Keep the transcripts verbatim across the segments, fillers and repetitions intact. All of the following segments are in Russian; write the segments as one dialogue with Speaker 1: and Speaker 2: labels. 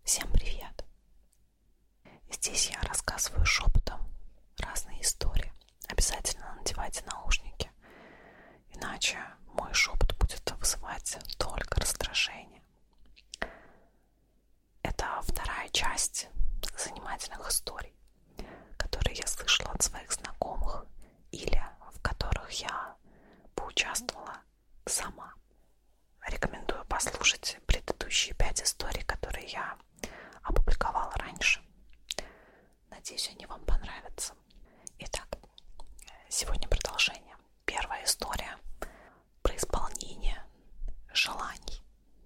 Speaker 1: Всем привет! Здесь я рассказываю шепотом разные истории. Обязательно надевайте наушники, иначе мой шепот будет вызывать только раздражение. Это вторая часть занимательных историй, которые я слышала от своих знакомых или в которых я поучаствовала сама. Рекомендую послушать предыдущие пять историй, которые я опубликовала раньше. Надеюсь, они вам понравятся. Итак, сегодня продолжение. Первая история про исполнение желаний.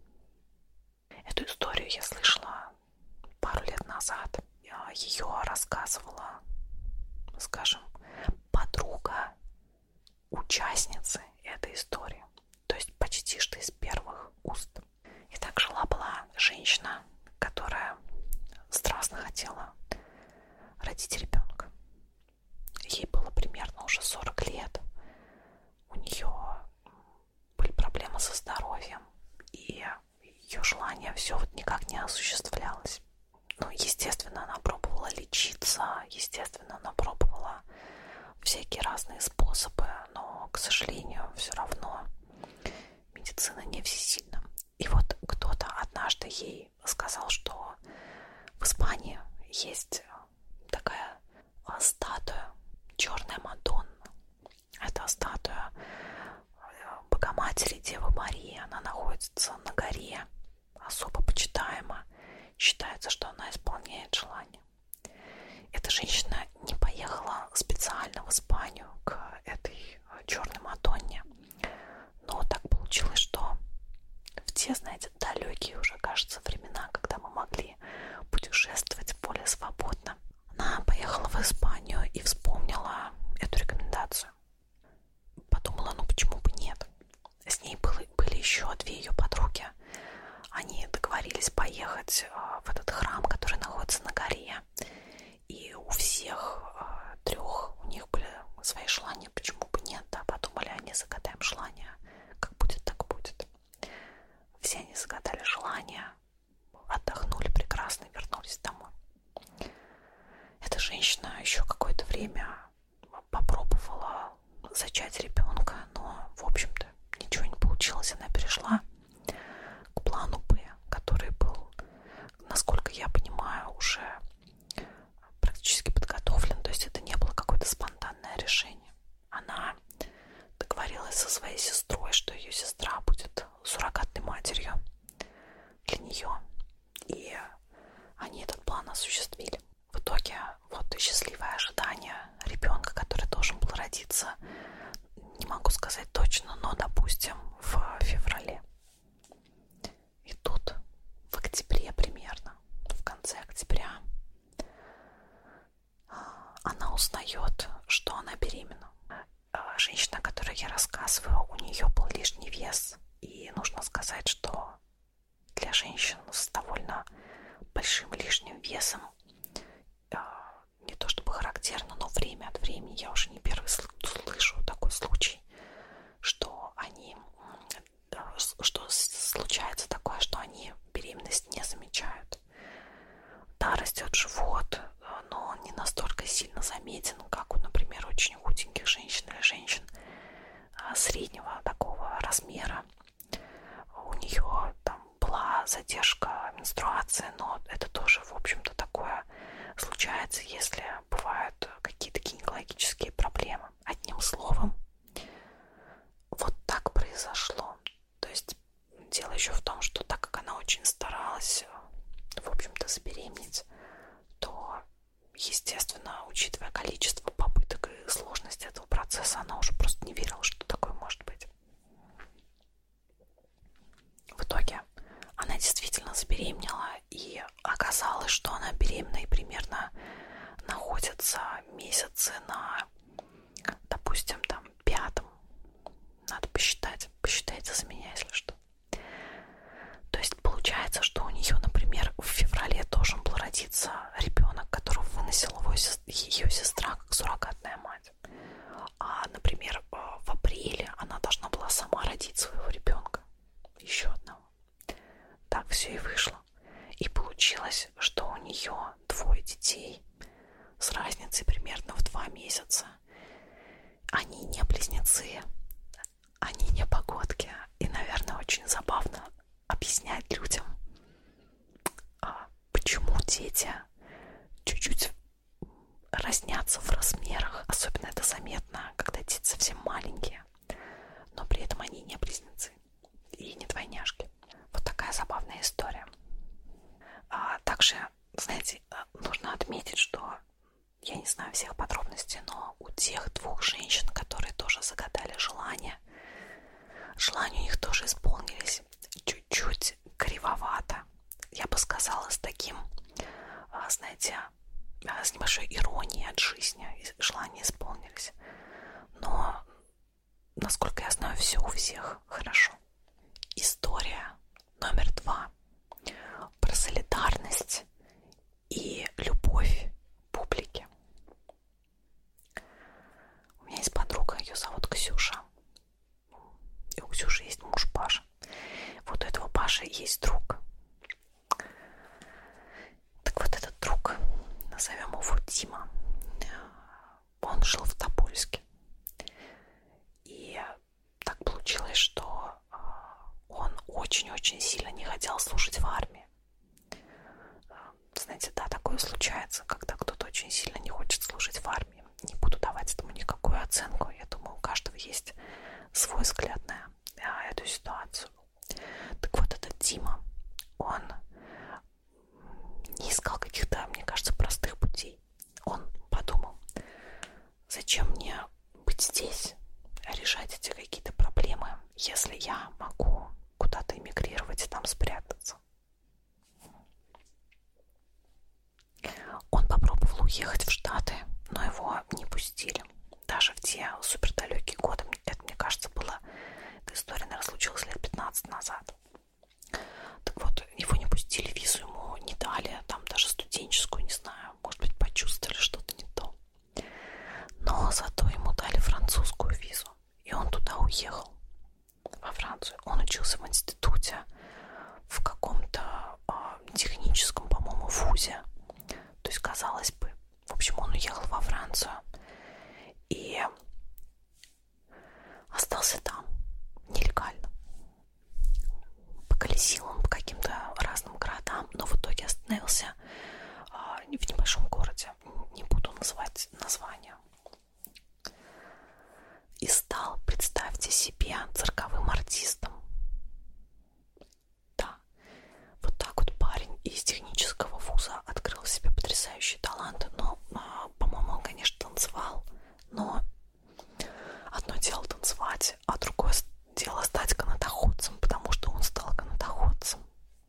Speaker 1: Эту историю я слышала пару лет назад. Ее рассказывала, скажем, подруга участницы этой истории. То есть почти что из первых уст. Итак, жила-была женщина, которая страстно хотела родить ребенка. Ей было примерно уже сорок лет. У нее были проблемы со здоровьем, и ее желание все вот никак не осуществлялось. Ну, естественно, она пробовала лечиться, естественно, она пробовала всякие разные способы, но, к сожалению, все равно медицина не всесильна. И вот кто-то однажды ей сказал, что в Испании есть такая статуя, черная Мадонна. Это статуя Богоматери Девы Марии. Она находится на горе, особо почитаема. Считается, что она исполняет желания. Эта женщина не поехала специально в Испанию к этой черной Мадонне, но так получилось, что в те, знаете, далекие уже, кажется, времена, когда мы могли путешествовать более свободно, она поехала в Испанию и вспомнила эту рекомендацию. Подумала, ну почему бы нет. С ней были, были еще две ее подруги. Они договорились поехать в этот храм, который находится на горе. И у всех трех у них были свои желания, почему бы нет, да, подумали, они загадаем желание, как будет, так будет. Все они загадали желания, отдохнули прекрасно и вернулись домой. Эта женщина еще какое-то время попробовала зачать ребенка, но, в общем-то, ничего не получилось. Она перешла к плану Б, который был, насколько я понимаю, уже практически подготовлен. То есть это не было какое-то спонтанное решение. Она договорилась со своей сестрой, что ее сестра будет суррогатной матерью для нее. И они этот план осуществили. В итоге вот счастливое ожидание ребенка, который должен был родиться, не могу сказать точно, но, допустим, в феврале. И тут в октябре примерно, в конце октября, она узнает, что она беременна. Женщина, о которой я рассказываю, у нее был лишний вес. И нужно сказать, что для женщин с довольно большим лишним весом не то чтобы характерно, но время от времени, я уже не первый слышу такой случай, что они, что случается такое, что они беременность не замечают. Да, растет живот, но он не настолько сильно заметен, как у, например, очень худеньких женщин или женщин среднего такого размера. У нее там была задержка менструации, но это тоже, в общем-то, такое случается, если бывают какие-то гинекологические проблемы. Одним словом, вот так произошло. То есть дело еще в том, что так как она очень старалась, в общем-то, забеременеть, то, естественно, учитывая количество попыток и сложность этого процесса, она уже просто не верила, что такое может быть. В итоге она действительно забеременела, и оказалось, что она беременна и примерно находится месяцы на, допустим, там пятом. Надо посчитать. Посчитайте за меня, если что. То есть получается, что у нее, например, в феврале должен был родиться ребенок, которого выносила ее сестра как суррогатная мать. А, например, в апреле она должна была сама родить своего ребенка. Еще одного. Так все и вышло. И получилось случилось, что у нее двое детей с разницей примерно в два месяца. Они не близнецы, они не погодки. И, наверное, очень забавно объяснять людям, почему дети чуть-чуть разнятся в размерах. Особенно это заметно, когда дети совсем маленькие, но при этом они не близнецы и не двойняшки. Вот такая забавная история. А также, знаете, нужно отметить, что я не знаю всех подробностей, но у тех двух женщин, которые тоже загадали желание, желания у них тоже исполнились чуть-чуть кривовато. Я бы сказала, с таким, знаете, с небольшой иронией от жизни желания исполнились. Но, насколько я знаю, все у всех хорошо. История номер два. Про солидарность и любовь публики. У меня есть подруга, ее зовут Ксюша. И у Ксюши есть муж Паша. Вот у этого Паши есть друг. Так вот этот друг, назовем его Дима, он жил в Тобольске. И так получилось, что он очень-очень сильно не хотел служить в армии. Знаете, да, такое случается, когда кто-то очень сильно не хочет служить в армии. Не буду давать этому никакую оценку. Я думаю, у каждого есть свой взгляд на эту ситуацию. Так вот, этот Дима, он не искал каких-то, мне кажется, простых путей. Он подумал, зачем мне быть здесь, решать эти какие-то проблемы, если я могу куда-то эмигрировать и там спрятаться. Он попробовал уехать в Штаты, но его не пустили. Даже в те супердалекие годы, это, мне кажется, было, эта история, наверное, случилась лет пятнадцать назад. Так вот, его не пустили, визу ему не дали, там даже студенческую, не знаю, может быть, почувствовали что-то не то. Но зато ему дали французскую визу, и он туда уехал, во Францию. Он учился в институте, в каком-то э, техническом, по-моему, вузе. То есть, казалось бы, в общем, он уехал во Францию и остался там нелегально. Поколесил он по каким-то разным городам, но в итоге остановился а, в небольшом городе, не буду называть название, и стал, представьте себе, цирковым артистом. Да, вот так вот парень из технического вуза открыл себе потрясающие таланты, но, а, по-моему, он, конечно, танцевал, но одно дело танцевать, а другое дело стать канатоходцем, потому что он стал канатоходцем.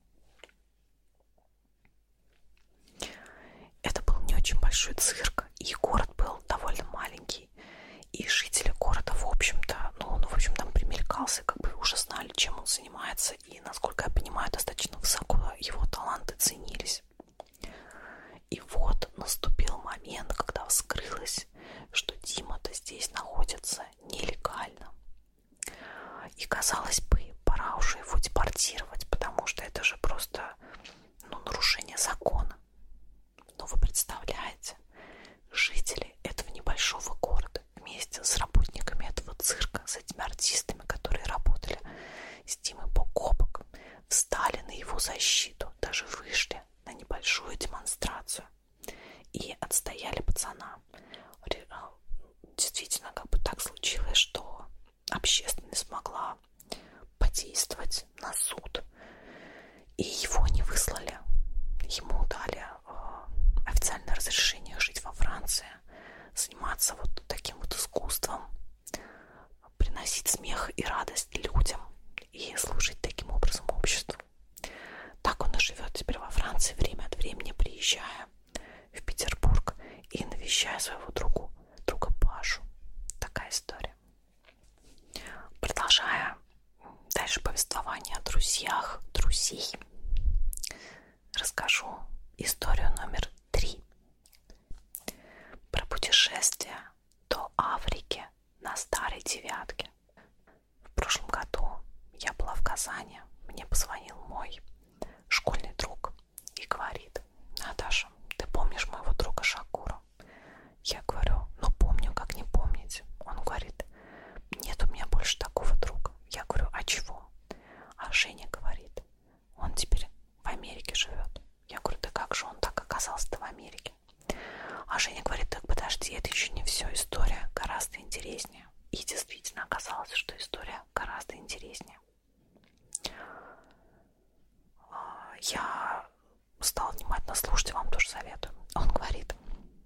Speaker 1: Это был не очень большой цирк, и город был довольно маленький, и жители города, в общем-то, ну, ну в общем, там примелькался, как бы уже знали, чем он занимается, и, насколько я понимаю, достаточно высоко его таланты ценились. И вот наступил момент, когда вскрылось, что Дима-то здесь находится нелегально. И, казалось бы, пора уже его депортировать, потому что это же просто, ну, нарушение закона. Но вы представляете, жители этого небольшого города вместе с работниками этого цирка, с этими артистами, которые работали с Димой бок о бок, встали на его защиту, даже вышли на небольшую демонстрацию и отстояли пацана. Действительно, как бы так случилось, что общественность смогла подействовать на суд, и его не выслали. Ему дали э, официальное разрешение жить во Франции, заниматься вот таким вот искусством, приносить смех и радость людям и служить таким образом обществу. Так он и живет теперь во Франции, время от времени приезжая в Петербург и навещая своего друга, друга Пашу. Такая история. Продолжая дальше повествование о друзьях, друзей, расскажу историю номер три. Про путешествие до Африки на старой девятке. В прошлом году я была в Казани, мне позвонил мой школьный друг и говорит: оказалась ты в Америке. А Женя говорит, так подожди, это еще не все, история гораздо интереснее. И действительно оказалось, что история гораздо интереснее. Я стала внимательно слушать, вам тоже советую. Он говорит,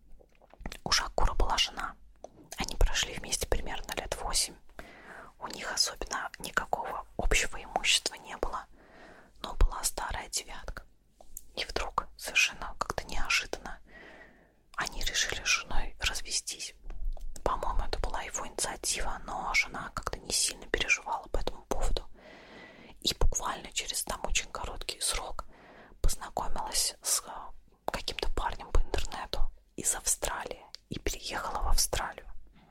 Speaker 1: у Шакура была жена. Они прожили вместе примерно лет восемь. У них особенно никакого общего имущества не было. Но была старая девятка. И вдруг, совершенно как-то неожиданно, они решили с женой развестись. По-моему, это была его инициатива, но жена как-то не сильно переживала по этому поводу. И буквально через там очень короткий срок познакомилась с каким-то парнем по интернету из Австралии и переехала в Австралию.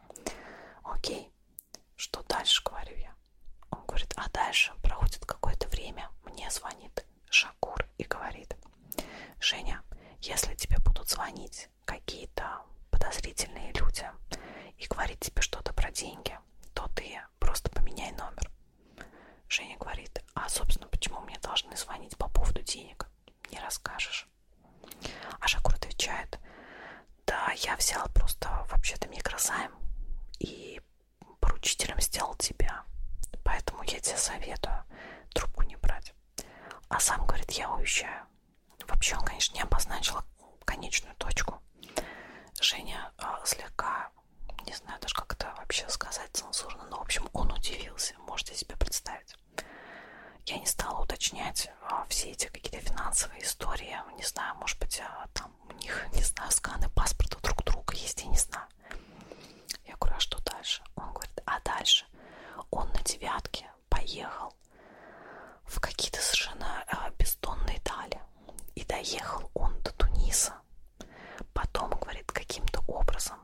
Speaker 1: Окей, что дальше, говорю я. Он говорит, а дальше проходит какое-то время, мне звонит Шакур и говорит, Женя, если тебе будут звонить какие-то подозрительные люди и говорить тебе что-то про деньги, то ты просто поменяй номер. Женя говорит, а собственно почему мне должны звонить по поводу денег? Не расскажешь? А Шакур отвечает, да, я взял просто вообще-то микрозайм и поручителем сделал тебя, поэтому я тебе советую трубку не брать. А сам говорит, я уезжаю. Вообще он, конечно, не обозначил конечную точку. Женя э, слегка, не знаю даже как это вообще сказать цензурно, но в общем он удивился, можете себе представить. Я не стала уточнять а, все эти какие-то финансовые истории, не знаю, может быть, а, там у них, не знаю, сканы паспорта друг друга есть, я не знаю. Я говорю, а что дальше? Он говорит, а дальше он на девятке поехал в какие-то совершенно а, бездонные дали. И доехал он до Туниса. Потом, говорит, каким-то образом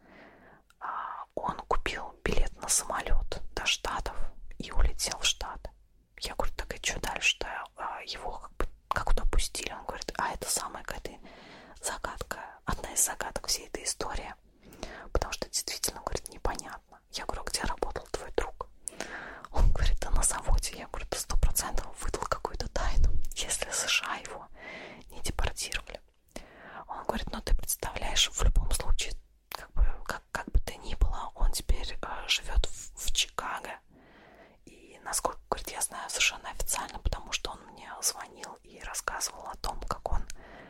Speaker 1: а, он купил билет на самолет до Штатов и улетел в Штаты. Я говорю, так и что дальше-то? А, его как бы как-то опустили. Он говорит, а это самая какая-то загадка, одна из загадок всей этой истории. Потому что действительно, говорит, непонятно. Я говорю, где работал твой друг? Он говорит, да на заводе. Я говорю, ты сто процентов выдал какую-то тайну, если США его не депортировали. Он говорит, ну ты представляешь, в любом случае, как бы, как, как бы то ни было, он теперь э, живет в, в Чикаго. И насколько, говорит, я знаю совершенно официально, потому что он мне звонил и рассказывал о том, как он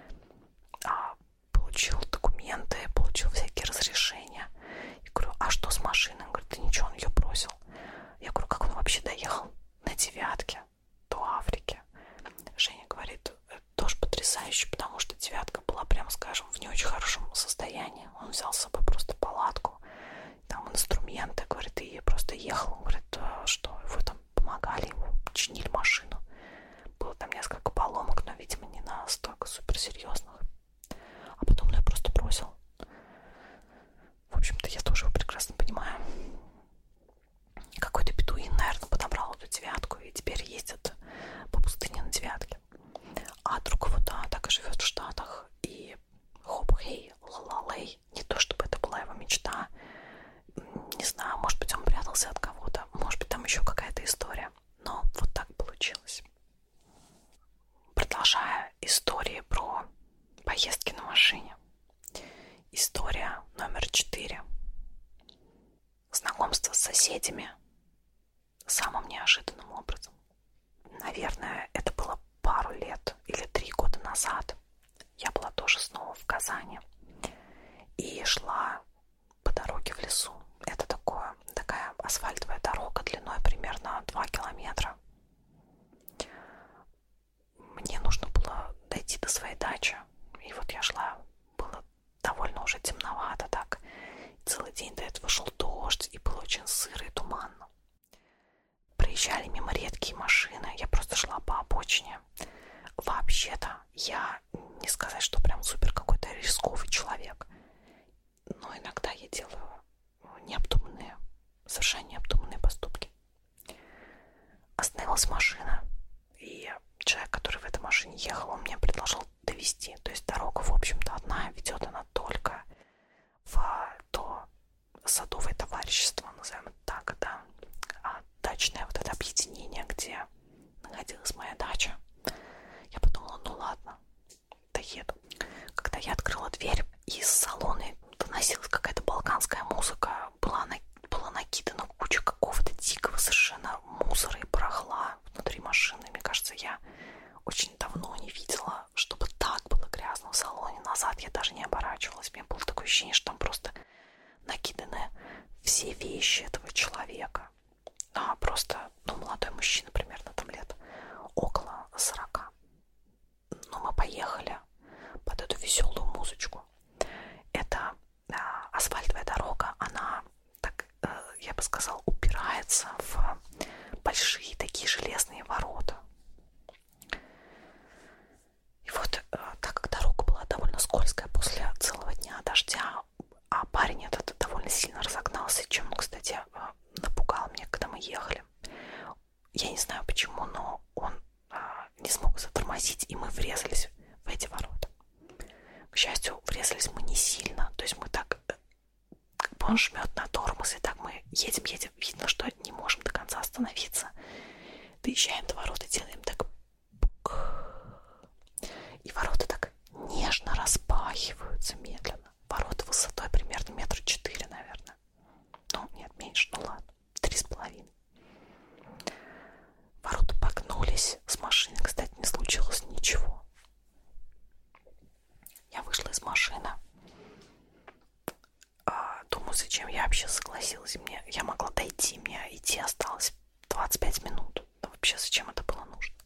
Speaker 1: а, получил документы, получил всякие разрешения. Я говорю, а что с машиной? Он говорит, да ничего, он ее бросил. Я говорю, как он вообще доехал на девятке до Африки? Женя говорит, тоже потрясающе, потому что девятка была, прямо скажем, в не очень хорошем состоянии. Он взял с собой просто палатку, там инструменты, говорит, и просто ехал. Он говорит, что его там помогали, ему чинили машину. Было там несколько поломок, но, видимо, не настолько суперсерьезных. А потом ну, я просто бросил. В общем-то, я тоже его прекрасно понимаю. Какой-то бедуин, наверное, подобрал эту девятку и теперь ездит по пустыне на девятке. А друг его, да, так и живет в Штатах. И хоп-хей, ла-ла-лей. Не то, чтобы это была его мечта. Не знаю, может быть, он прятался от кого-то. Может быть, там еще какая-то история. Но вот так получилось. Продолжая истории про поездки на машине. История номер четыре. Знакомство с соседями самым неожиданным образом. Наверное, это было пару лет или три года назад. Я была тоже снова в Казани и шла по дороге в лесу. Это такое, такая асфальтовая дорога длиной примерно два километра. Мне нужно было дойти до своей дачи. И вот я шла, было довольно уже темновато так. Целый день до этого шел дождь, и было очень сыро и туманно. Проезжали мимо редкие машины, я просто шла по обочине. Вообще-то я не сказать, что прям супер какой-то рисковый человек. Но иногда я делаю необдуманные, совершенно необдуманные поступки. Остановилась машина, и человек, который в этой машине ехал, он мне предложил довезти. То есть дорога, в общем-то, одна, ведет она только в то садовое товарищество, назовем это так, да, а дачное вот это объединение, где находилась моя дача. Я подумала, ну ладно, доеду. Когда веселую музычку. Это а, асфальтовая дорога, она, так, э, я бы сказала, упирается в большие такие железные ворота. И вот, э, так как дорога была довольно скользкая после целого дня дождя, а парень этот довольно сильно разогнался, чем, кстати, э, напугал меня, когда мы ехали. Я не знаю почему, но он э, не смог затормозить, и мы врезались в эти ворота. К счастью, врезались мы не сильно, то есть мы так, как бы он жмет на тормоз, и так мы едем, едем, видно, что не можем до конца остановиться. Доезжаем до ворот и делаем так, и ворота так нежно распахиваются медленно. Ворота высотой примерно метра четыре, наверное. Ну, нет, меньше, ну ладно, три с половиной. Ворота погнулись, с машины, кстати, не случилось ничего. Я вышла из машины. Думаю, зачем я вообще согласилась. Мне, я могла дойти, мне идти осталось двадцать пять минут. Да вообще зачем это было нужно?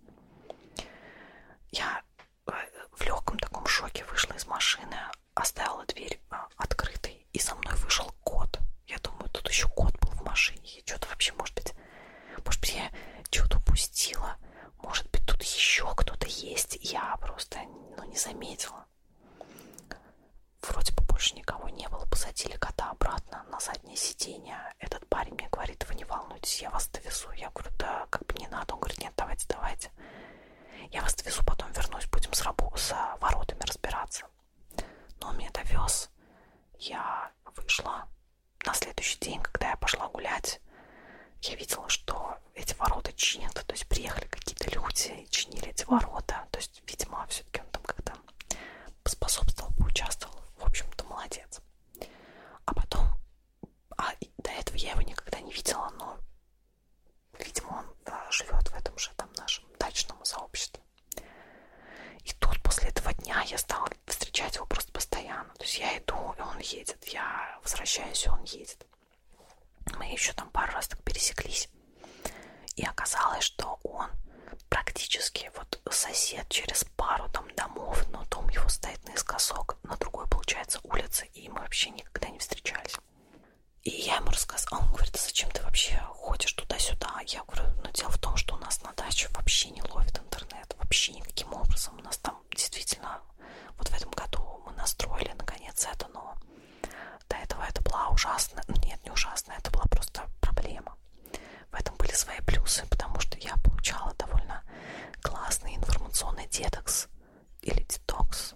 Speaker 1: Я в легком таком шоке вышла из машины, оставила дверь открытой, и за мной вышел кот. Я думаю, тут еще кот был в машине. И что-то вообще, может быть, может быть, я что-то упустила. Может быть, тут еще кто-то есть. Я просто, ну, не заметила. Вроде бы больше никого не было. Посадили кота обратно на заднее сиденье. Этот парень мне говорит: вы не волнуйтесь, я вас довезу. Я говорю: да, как бы не надо. Он говорит: нет, давайте, давайте. Я вас довезу, потом вернусь, будем с, рабо- с воротами разбираться. Но он меня довез. Я вышла на следующий день, когда я пошла гулять. Я видела, что эти ворота чинят. То есть приехали какие-то люди и чинили эти ворота. То есть, видимо, все-таки он там как-то поспособствовал, поучаствовал. В общем-то, молодец. А потом, а до этого я его никогда не видела, но, видимо, он, да, живет в этом же там нашем дачном сообществе. И тут после этого дня я стала встречать его просто постоянно. То есть я иду, и он едет. Я возвращаюсь, и он едет. Мы еще там пару раз так пересеклись. И оказалось, что он практически вот сосед через пару там домов, но дом его стоит наискосок, на другой, получается, улице, и мы вообще никогда не встречались. И я ему рассказала, он говорит: а зачем ты вообще ходишь туда-сюда? Я говорю: ну, дело в том, что у нас на даче вообще не ловит интернет, вообще никаким образом. У нас там действительно, вот в этом году мы настроили наконец это, но до этого это была ужасная, нет, не ужасная, это была просто проблема. В этом были свои плюсы, потому что я получала довольно классный информационный детокс или детокс.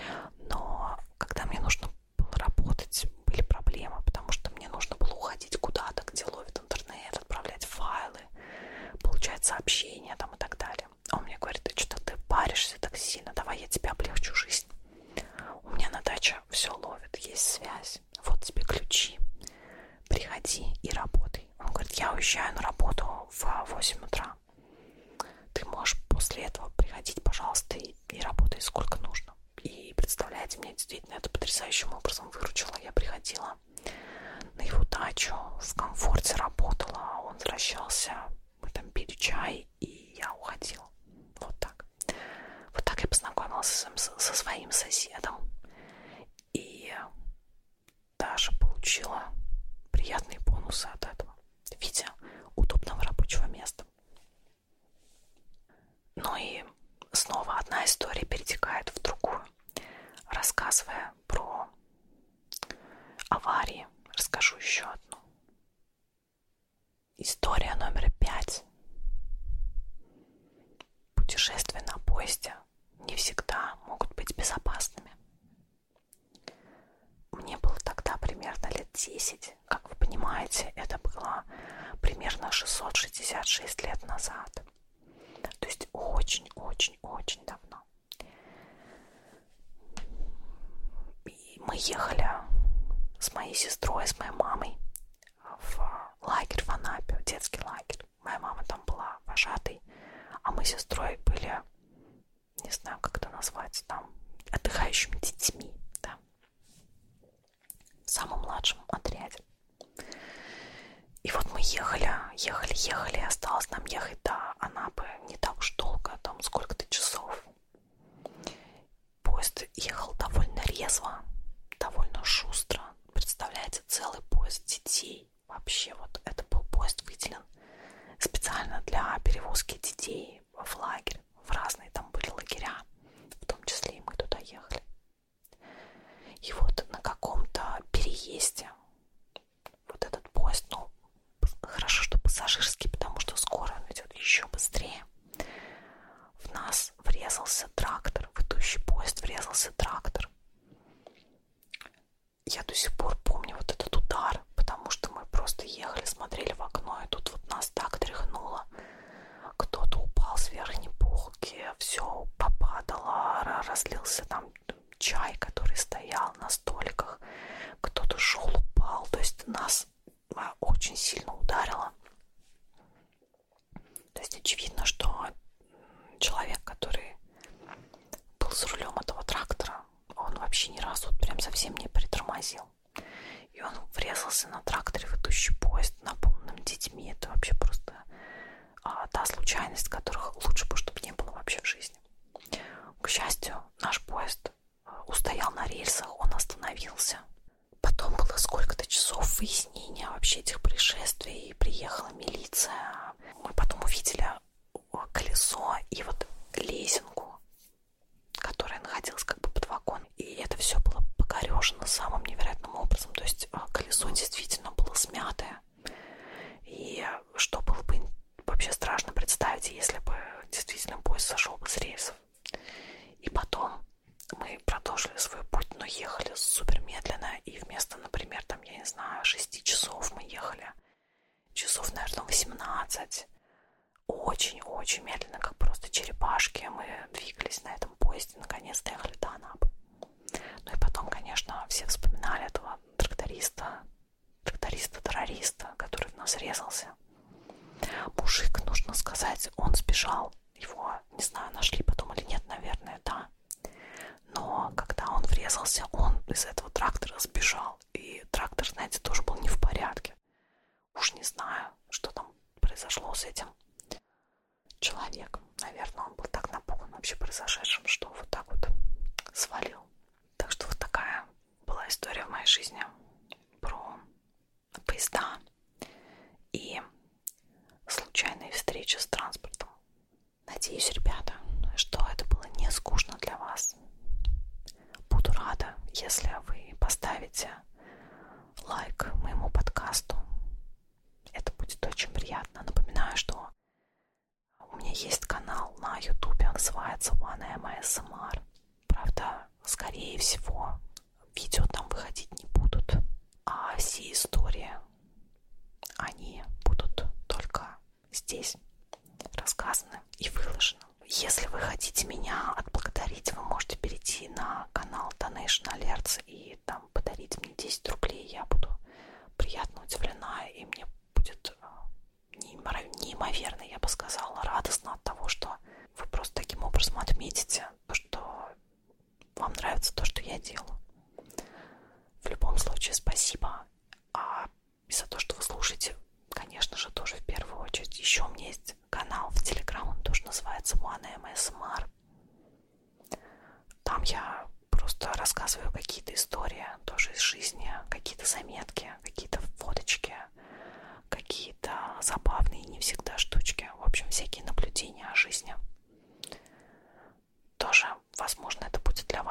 Speaker 1: Но когда мне нужно было работать, были проблемы, потому что мне нужно было уходить куда-то, где ловит интернет, отправлять файлы, получать сообщения там и так далее. А он мне говорит: да что-то ты паришься так сильно, давай я тебе облегчу жизнь. У меня на даче все ловит, есть связь, вот тебе ключи, приходи и работай. Он говорит: я уезжаю на работу в восемь утра. Ты можешь после этого приходить, пожалуйста, и, и работай сколько нужно. И представляете, мне действительно это потрясающим образом выручило. Я приходила на его дачу, в комфорте работала, он возвращался, мы там пили чай, и я уходила. Вот так. Вот так я познакомилась со, со своим соседом. И даже получила приятные бонусы от этого в виде удобного рабочего места. Ну и снова одна история перетекает в другую. Рассказывая про аварии, расскажу еще одну. История номер пять. Путешествия на поезде не всегда могут быть безопасными. Мне было тогда примерно лет десять. Как вы понимаете, это было примерно шестьсот шестьдесят шесть лет назад. То есть очень-очень-очень давно. И мы ехали с моей сестрой, с моей мамой в лагерь в Анапе, в детский лагерь. Моя мама там была вожатой, а мы с сестрой были, не знаю, как это назвать, там, отдыхающими детьми, да, в самом младшем отряде. И вот мы ехали, ехали, ехали, осталось нам ехать до Анапы не так уж долго, там сколько-то часов. Поезд ехал довольно резво, довольно шустро. Представляете, целый поезд детей. Вообще вот это был поезд выделен специально для перевозки детей в лагерь. В разные там были лагеря, в том числе и мы туда ехали. И вот на каком-то переезде вот этот поезд, ну, хорошо, что пассажирский, потому что скоро он идет еще быстрее. В нас врезался трактор, в идущий поезд врезался трактор. Я до сих пор помню вот этот удар, потому что мы просто ехали, смотрели в окно, и тут вот нас так тряхнуло. Кто-то упал с верхней полки, все попадало, разлился там чай, который стоял на столиках. Кто-то шел, упал, то есть нас очень сильно ударило. То есть очевидно, что человек, который был за рулем этого трактора, он вообще ни разу вот прям совсем не притормозил. И он врезался на тракторе в идущий поезд, наполненным детьми. Это вообще просто а, та случайность, которых лучше бы, чтобы не было вообще в жизни. К счастью, наш поезд устоял на рельсах, он остановился. Потом было сколько-то часов выяснения вообще этих происшествий, и приехала милиция. Мы потом увидели колесо и вот лесенку, которая находилась как бы под вагон. И это все было покорежено самым невероятным образом. То есть колесо действительно было смятое. И что было бы вообще страшно представить, если бы действительно поезд сошел бы с рельсов. И потом мы продолжили свой путь, но ехали супер медленно. И вместо, например, там, я не знаю, шести часов мы ехали часов, наверное, восемнадцать. Очень-очень медленно, как просто черепашки, мы двигались на этом поезде, наконец доехали до Анапы. Ну и потом, конечно, все вспоминали этого тракториста, тракториста-террориста, который в нас резался. Мужик, нужно сказать, он сбежал. Его, не знаю, нашли потом или нет, наверное, да. Но когда он врезался, он из этого трактора сбежал. И трактор, знаете, тоже был не в порядке. Уж не знаю, что там произошло с этим человеком. Наверное, он был так напуган вообще произошедшим, что вот так вот свалил. Так что вот такая была история в моей жизни про поезда и случайные встречи с транспортом. Надеюсь, ребята, что это было не скучно для вас. Буду рада, если вы поставите лайк моему подкасту. Это будет очень приятно. Напоминаю, что у меня есть канал на ютубе, называется One эм эс эм ар. Правда, скорее всего, видео там выходить не будут, а все истории, они будут только здесь рассказаны и выложены. Если вы хотите меня отблагодарить, вы можете перейти на канал Donation Alerts и там подарить мне десять рублей. Я буду приятно удивлена, и мне будет неимоверно, я бы сказала, радостно от того, что вы просто таким образом отметите то, что вам нравится то, что я делаю. В любом случае, спасибо. А за то, что вы слушаете, конечно же, тоже в первую очередь. Еще у меня есть канал в Телеграм, он тоже называется One эм эс эм ар. Там я просто рассказываю какие-то истории тоже из жизни, какие-то заметки, какие-то фоточки, какие-то забавные, не всегда штучки. В общем, всякие наблюдения о жизни. Тоже, возможно, это будет для